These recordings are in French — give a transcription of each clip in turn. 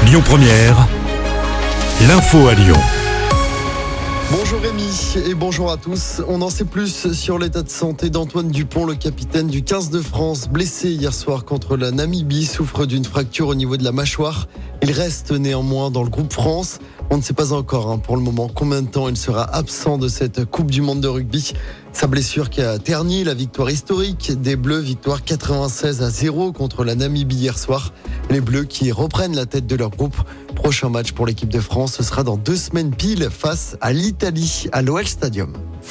Lyon Première, l'info à Lyon. Bonjour Rémi et bonjour à tous. On en sait plus sur l'état de santé d'Antoine Dupont, le capitaine du 15 de France, blessé hier soir contre la Namibie, souffre d'une fracture au niveau de la mâchoire. Il reste néanmoins dans le groupe France. On ne sait pas encore pour le moment combien de temps il sera absent de cette Coupe du Monde de rugby. Sa blessure qui a terni la victoire historique des Bleus, victoire 96-0 contre la Namibie hier soir. Les Bleus qui reprennent la tête de leur groupe. Prochain match pour l'équipe de France, ce sera dans 2 semaines pile face à l'Italie à l'OL Stadium.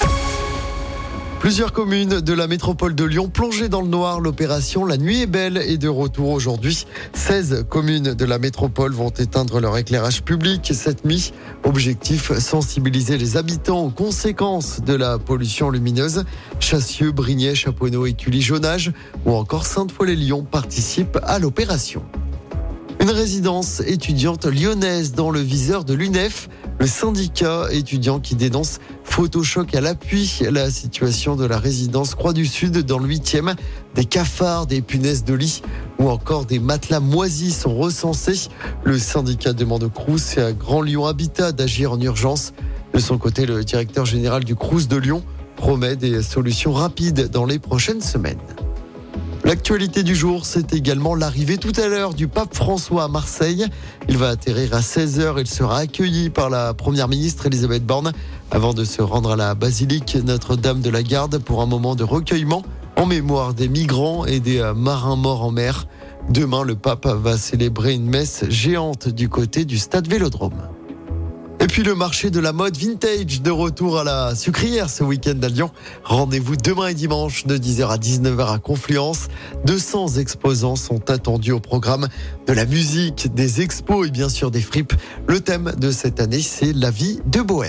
Plusieurs communes de la métropole de Lyon plongées dans le noir. L'opération La Nuit est belle est de retour aujourd'hui. 16 communes de la métropole vont éteindre leur éclairage public cette nuit. Objectif, sensibiliser les habitants aux conséquences de la pollution lumineuse. Chassieux, Brignais, Chaponneau, Écully, Jonage ou encore Sainte-Foy-les-Lyons participent à l'opération. Une résidence étudiante lyonnaise dans le viseur de l'UNEF. Le syndicat étudiant qui dénonce Photochoc à l'appui la situation de la résidence Croix-du-Sud dans le 8e. Des cafards, des punaises de lit ou encore des matelas moisis sont recensés. Le syndicat demande au Crous et à Grand Lyon Habitat d'agir en urgence. De son côté, le directeur général du Crous de Lyon promet des solutions rapides dans les prochaines semaines. L'actualité du jour, c'est également l'arrivée tout à l'heure du pape François à Marseille. Il va atterrir à 16h. Il sera accueilli par la première ministre Elisabeth Borne avant de se rendre à la basilique Notre-Dame de la Garde pour un moment de recueillement en mémoire des migrants et des marins morts en mer. Demain, le pape va célébrer une messe géante du côté du stade Vélodrome. Et puis le marché de la mode vintage de retour à la Sucrière ce week-end à Lyon. Rendez-vous demain et dimanche de 10h à 19h à Confluence. 200 exposants sont attendus au programme de la musique, des expos et bien sûr des fripes. Le thème de cette année, c'est la vie de bohème.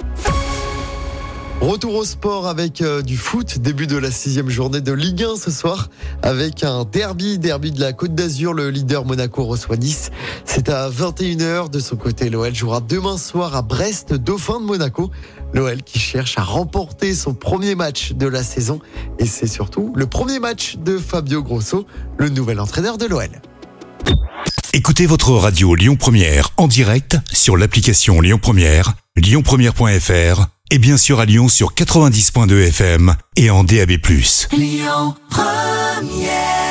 Retour au sport avec du foot, début de la 6e journée de Ligue 1 ce soir avec un derby de la Côte d'Azur. Le leader Monaco reçoit Nice. C'est à 21h. De son côté, l'OL jouera demain soir à Brest, dauphin de Monaco. L'OL qui cherche à remporter son premier match de la saison. Et c'est surtout le premier match de Fabio Grosso, le nouvel entraîneur de l'OL. Écoutez votre radio Lyon Première en direct sur l'application Lyon Première, lyonpremière.fr et bien sûr à Lyon sur 90.2 FM et en DAB+. Lyon Première.